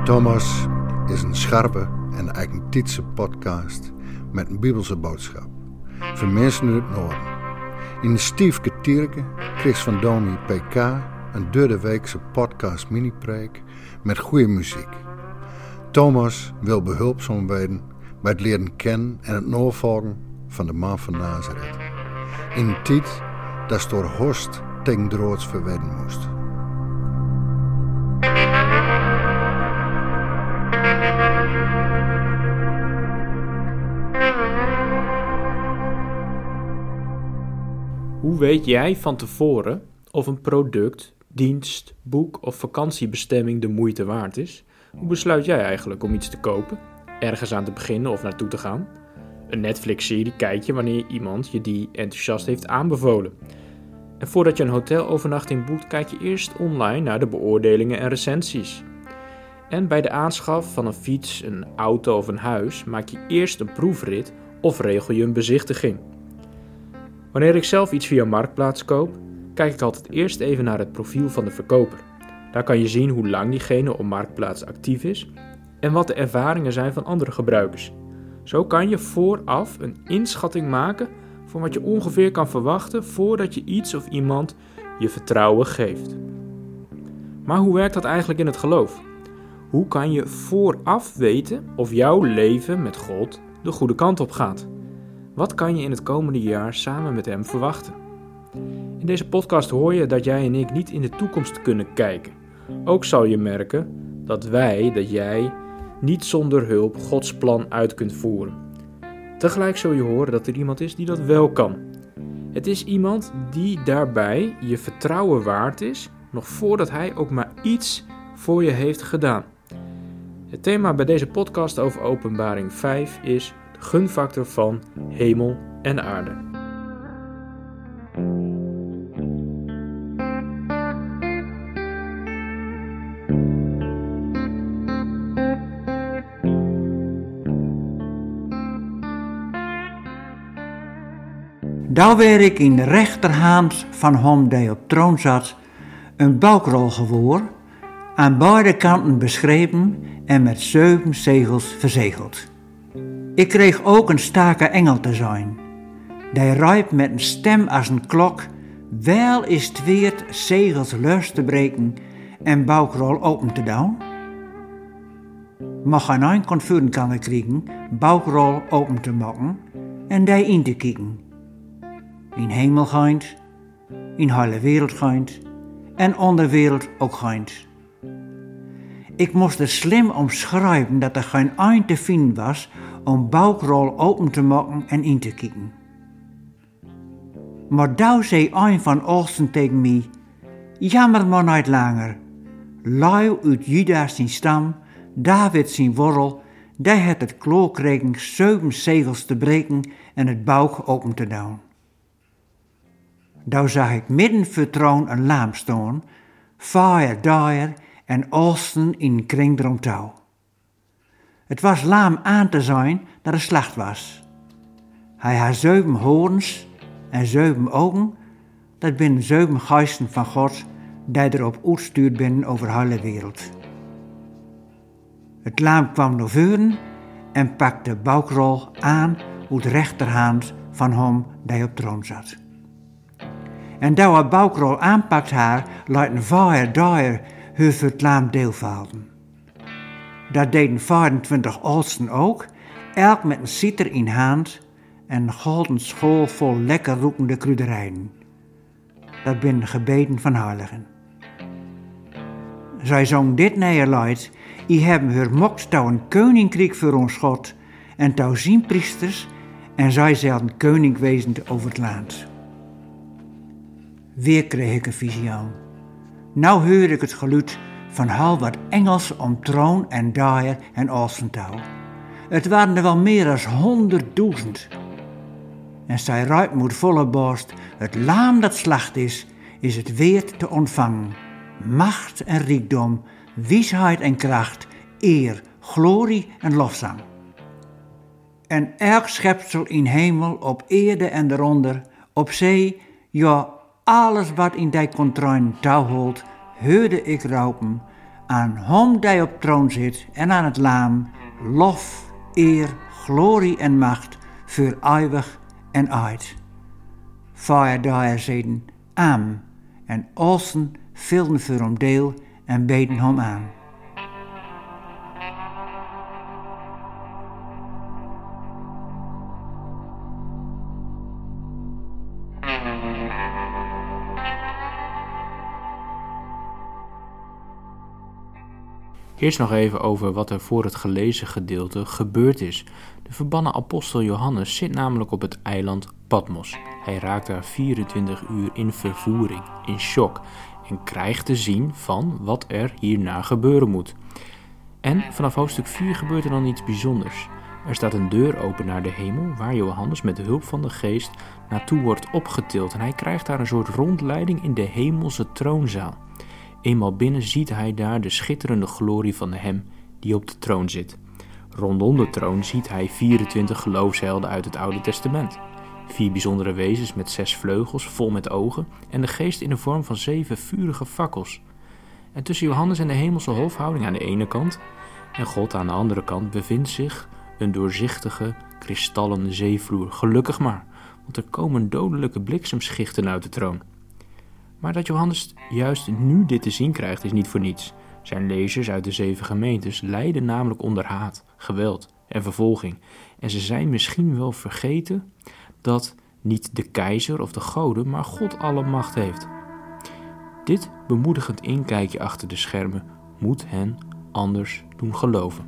Thomas is een scherpe en eigentijdse podcast met een bibelse boodschap. Voor mensen uit het noorden. In een stiefke tierke kreeg van Domi PK een derde-weekse podcast mini-preek met goede muziek. Thomas wil behulpzaam worden bij het leren kennen en het navolgen van de man van Nazareth. In een tijd dat ze door Horst tegen droods verwedden moest. Hoe weet jij van tevoren of een product, dienst, boek of vakantiebestemming de moeite waard is? Hoe besluit jij eigenlijk om iets te kopen, ergens aan te beginnen of naartoe te gaan? Een Netflix-serie kijk je wanneer iemand je die enthousiast heeft aanbevolen. En voordat je een hotelovernachting boekt, kijk je eerst online naar de beoordelingen en recensies. En bij de aanschaf van een fiets, een auto of een huis maak je eerst een proefrit of regel je een bezichtiging. Wanneer ik zelf iets via Marktplaats koop, kijk ik altijd eerst even naar het profiel van de verkoper. Daar kan je zien hoe lang diegene op Marktplaats actief is en wat de ervaringen zijn van andere gebruikers. Zo kan je vooraf een inschatting maken van wat je ongeveer kan verwachten voordat je iets of iemand je vertrouwen geeft. Maar hoe werkt dat eigenlijk in het geloof? Hoe kan je vooraf weten of jouw leven met God de goede kant op gaat? Wat kan je in het komende jaar samen met hem verwachten? In deze podcast hoor je dat jij en ik niet in de toekomst kunnen kijken. Ook zal je merken dat jij niet zonder hulp Gods plan uit kunt voeren. Tegelijk zul je horen dat er iemand is die dat wel kan. Het is iemand die daarbij je vertrouwen waard is, nog voordat hij ook maar iets voor je heeft gedaan. Het thema bij deze podcast over Openbaring 5 is de gunfactor van hemel en aarde. Daar werd ik in de rechterhand van hem die op troon zat, een bouwkrol geworden, aan beide kanten beschreven en met 7 zegels verzegeld. Ik kreeg ook een stake engel te zijn. Die riep met een stem als een klok, wel is het weert zegels los te breken en bouwkrol open te doen. Maar geen een kon vuren kan krijgen, bouwkrol open te maken en die in te kijken. In hemel geint, in hele wereld geint en onderwereld ook geint. Ik moest er slim omschrijven dat er geen eind te vinden was om bouwkrol open te maken en in te kijken. Maar daar zei een van Olsen tegen mij, jammer maar niet langer. Lui uit Juda zijn stam, David zijn worrel, die had het kloo kregen 7 zegels te breken en het bouw open te doen. Daar zag ik midden vertrouwen een laam staan, fire daar en Olsen in een kring erom touw. Het was laam aan te zijn dat er slacht was. Hij had 7 hoorns en 7 ogen, dat binnen 7 geesten van God, die erop uitstuurd binnen over de hele wereld. Het laam kwam naar voren en pakte de bouwkrol aan uit de rechterhand van hem die op troon zat. En daar het bouwkrol aanpakt haar, laat een fire daar over het laam deelvallen. Dat deden 24 Olsen ook, elk met een citer in hand en een golden school vol lekker roekende kruiderijen. Dat binnen gebeden van heiligen. Zij zong dit neerluid, I hebben haar mokt touw een koninkrijk voor ons God en touw zien priesters en zij zelden koning wezend over het land. Weer kreeg ik een visioen. Nou hoor ik het geluid van al wat engels om troon en daaier en olsentouw. Het waren er wel meer dan 100.000. En zij ruikt moet volle borst, het laam dat slacht is het weert te ontvangen. Macht en rijkdom, wijsheid en kracht, eer, glorie en lofzang. En elk schepsel in hemel, op aarde en eronder, op zee, ja, alles wat in die contrain touw holt, hoorde ik roepen, aan Hem die op troon zit en aan het Lam, lof, eer, glorie en macht voor eeuwig en uit. Vaar daar zeiden Am en alsen vilden voor hem deel en beden hem aan. Eerst nog even over wat er voor het gelezen gedeelte gebeurd is. De verbannen apostel Johannes zit namelijk op het eiland Patmos. Hij raakt daar 24 uur in vervoering, in shock, en krijgt te zien van wat er hierna gebeuren moet. En vanaf hoofdstuk 4 gebeurt er dan iets bijzonders. Er staat een deur open naar de hemel, waar Johannes met de hulp van de geest naartoe wordt opgetild. En hij krijgt daar een soort rondleiding in de hemelse troonzaal. Eenmaal binnen ziet hij daar de schitterende glorie van hem die op de troon zit. Rondom de troon ziet hij 24 geloofshelden uit het Oude Testament. 4 bijzondere wezens met 6 vleugels, vol met ogen, en de geest in de vorm van 7 vurige fakkels. En tussen Johannes en de hemelse hofhouding aan de ene kant en God aan de andere kant bevindt zich een doorzichtige, kristallen zeevloer. Gelukkig maar, want er komen dodelijke bliksemschichten uit de troon. Maar dat Johannes juist nu dit te zien krijgt is niet voor niets. Zijn lezers uit de 7 gemeentes lijden namelijk onder haat, geweld en vervolging. En ze zijn misschien wel vergeten dat niet de keizer of de goden, maar God alle macht heeft. Dit bemoedigend inkijkje achter de schermen moet hen anders doen geloven.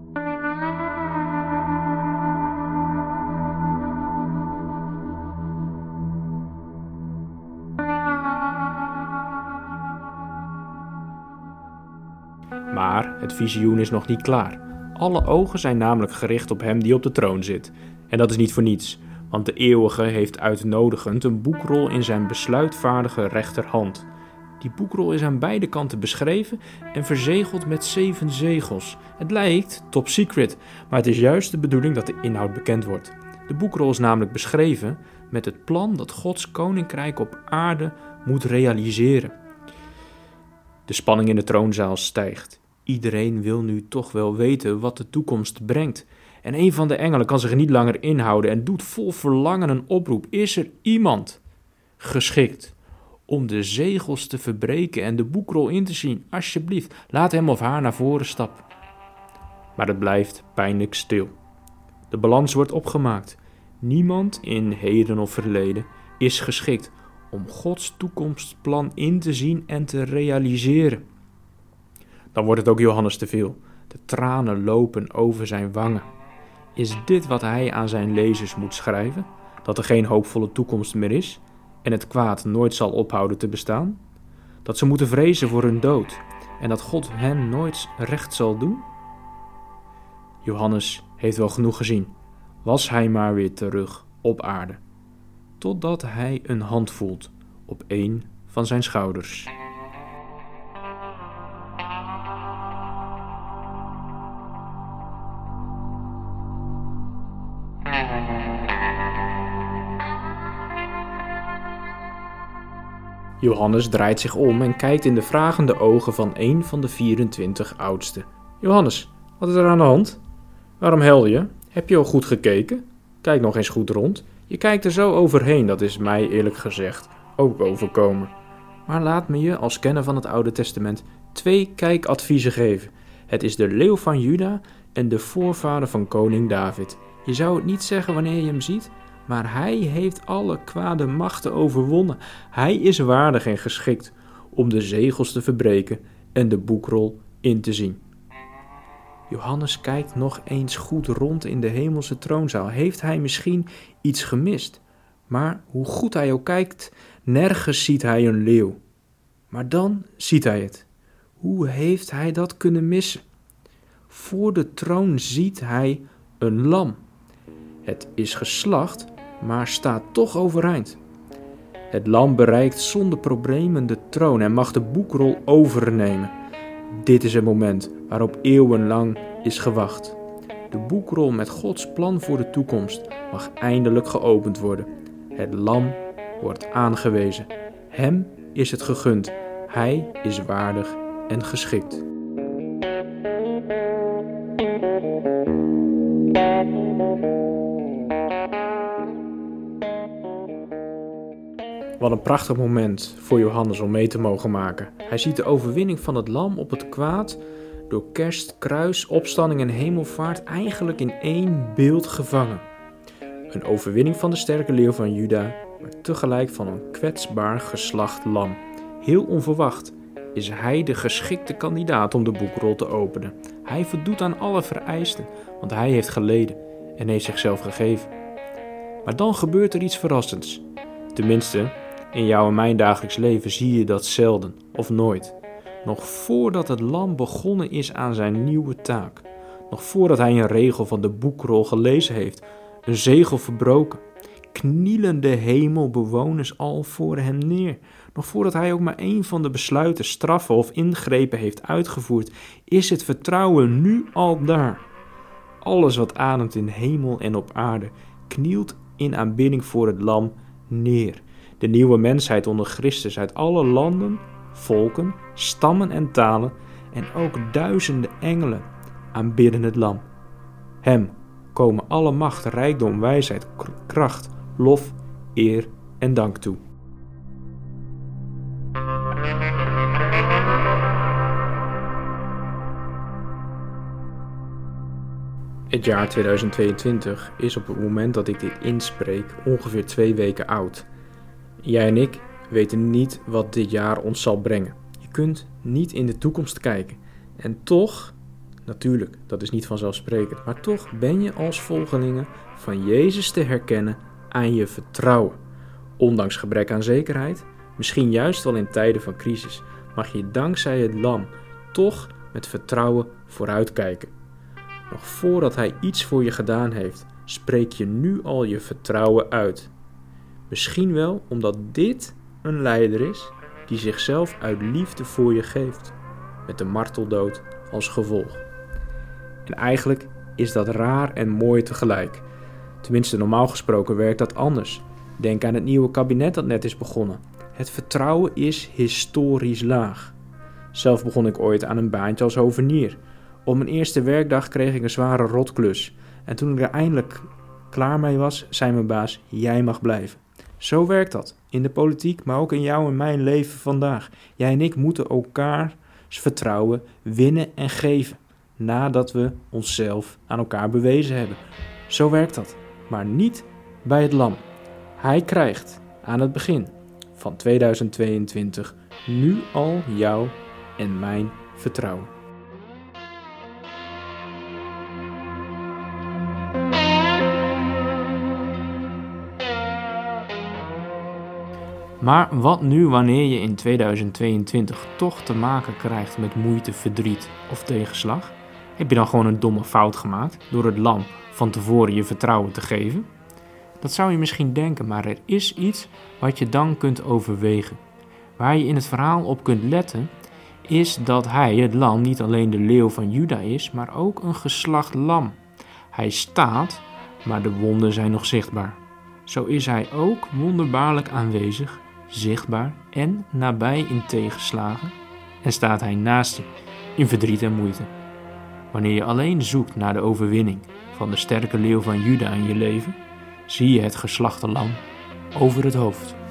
Maar het visioen is nog niet klaar. Alle ogen zijn namelijk gericht op hem die op de troon zit. En dat is niet voor niets, want de Eeuwige heeft uitnodigend een boekrol in zijn besluitvaardige rechterhand. Die boekrol is aan beide kanten beschreven en verzegeld met 7 zegels. Het lijkt top secret, maar het is juist de bedoeling dat de inhoud bekend wordt. De boekrol is namelijk beschreven met het plan dat Gods koninkrijk op aarde moet realiseren. De spanning in de troonzaal stijgt. Iedereen wil nu toch wel weten wat de toekomst brengt. En een van de engelen kan zich niet langer inhouden en doet vol verlangen een oproep. Is er iemand geschikt om de zegels te verbreken en de boekrol in te zien? Alsjeblieft, laat hem of haar naar voren stappen. Maar het blijft pijnlijk stil. De balans wordt opgemaakt. Niemand in heden of verleden is geschikt om Gods toekomstplan in te zien en te realiseren. Dan wordt het ook Johannes te veel. De tranen lopen over zijn wangen. Is dit wat hij aan zijn lezers moet schrijven? Dat er geen hoopvolle toekomst meer is en het kwaad nooit zal ophouden te bestaan? Dat ze moeten vrezen voor hun dood en dat God hen nooit recht zal doen? Johannes heeft wel genoeg gezien. Was hij maar weer terug op aarde. Totdat hij een hand voelt op een van zijn schouders. Johannes draait zich om en kijkt in de vragende ogen van een van de 24 oudsten. Johannes, wat is er aan de hand? Waarom huil je? Heb je al goed gekeken? Kijk nog eens goed rond. Je kijkt er zo overheen, dat is mij eerlijk gezegd ook overkomen. Maar laat me je als kenner van het Oude Testament 2 kijkadviezen geven. Het is de leeuw van Juda en de voorvader van koning David. Je zou het niet zeggen wanneer je hem ziet, maar hij heeft alle kwade machten overwonnen. Hij is waardig en geschikt om de zegels te verbreken en de boekrol in te zien. Johannes kijkt nog eens goed rond in de hemelse troonzaal. Heeft hij misschien iets gemist? Maar hoe goed hij ook kijkt, nergens ziet hij een leeuw. Maar dan ziet hij het. Hoe heeft hij dat kunnen missen? Voor de troon ziet hij een lam. Het is geslacht, maar staat toch overeind. Het lam bereikt zonder problemen de troon en mag de boekrol overnemen. Dit is het moment waarop eeuwenlang is gewacht. De boekrol met Gods plan voor de toekomst mag eindelijk geopend worden. Het lam wordt aangewezen. Hem is het gegund. Hij is waardig en geschikt. Wat een prachtig moment voor Johannes om mee te mogen maken. Hij ziet de overwinning van het lam op het kwaad door kerst, kruis, opstanding en hemelvaart eigenlijk in één beeld gevangen. Een overwinning van de sterke leeuw van Juda, maar tegelijk van een kwetsbaar geslacht lam. Heel onverwacht is hij de geschikte kandidaat om de boekrol te openen. Hij voldoet aan alle vereisten, want hij heeft geleden en heeft zichzelf gegeven. Maar dan gebeurt er iets verrassends. Tenminste, in jouw en mijn dagelijks leven zie je dat zelden of nooit. Nog voordat het lam begonnen is aan zijn nieuwe taak. Nog voordat hij een regel van de boekrol gelezen heeft. Een zegel verbroken. Knielen de hemelbewoners al voor hem neer. Nog voordat hij ook maar één van de besluiten, straffen of ingrepen heeft uitgevoerd, is het vertrouwen nu al daar. Alles wat ademt in hemel en op aarde knielt in aanbidding voor het lam neer. De nieuwe mensheid onder Christus uit alle landen, volken, stammen en talen en ook duizenden engelen aanbidden het lam. Hem komen alle macht, rijkdom, wijsheid, kracht, lof, eer en dank toe. Het jaar 2022 is op het moment dat ik dit inspreek ongeveer 2 weken oud. Jij en ik weten niet wat dit jaar ons zal brengen. Je kunt niet in de toekomst kijken. En toch, natuurlijk, dat is niet vanzelfsprekend, maar toch ben je als volgelingen van Jezus te herkennen aan je vertrouwen. Ondanks gebrek aan zekerheid, misschien juist wel in tijden van crisis, mag je dankzij het lam toch met vertrouwen vooruitkijken. Nog voordat hij iets voor je gedaan heeft, spreek je nu al je vertrouwen uit. Misschien wel omdat dit een leider is die zichzelf uit liefde voor je geeft, met de marteldood als gevolg. En eigenlijk is dat raar en mooi tegelijk. Tenminste, normaal gesproken werkt dat anders. Denk aan het nieuwe kabinet dat net is begonnen. Het vertrouwen is historisch laag. Zelf begon ik ooit aan een baantje als hovenier. Op mijn eerste werkdag kreeg ik een zware rotklus. En toen ik er eindelijk klaar mee was, zei mijn baas: jij mag blijven. Zo werkt dat. In de politiek, maar ook in jouw en mijn leven vandaag. Jij en ik moeten elkaars vertrouwen winnen en geven. Nadat we onszelf aan elkaar bewezen hebben. Zo werkt dat. Maar niet bij het lam. Hij krijgt aan het begin van 2022 nu al jouw en mijn vertrouwen. Maar wat nu wanneer je in 2022 toch te maken krijgt met moeite, verdriet of tegenslag? Heb je dan gewoon een domme fout gemaakt door het lam van tevoren je vertrouwen te geven? Dat zou je misschien denken, maar er is iets wat je dan kunt overwegen. Waar je in het verhaal op kunt letten, is dat hij, het lam, niet alleen de leeuw van Juda is, maar ook een geslacht lam. Hij staat, maar de wonden zijn nog zichtbaar. Zo is hij ook wonderbaarlijk aanwezig, zichtbaar en nabij in tegenslagen, en staat hij naast je in verdriet en moeite. Wanneer je alleen zoekt naar de overwinning van de sterke leeuw van Juda in je leven, zie je het geslachte lam over het hoofd.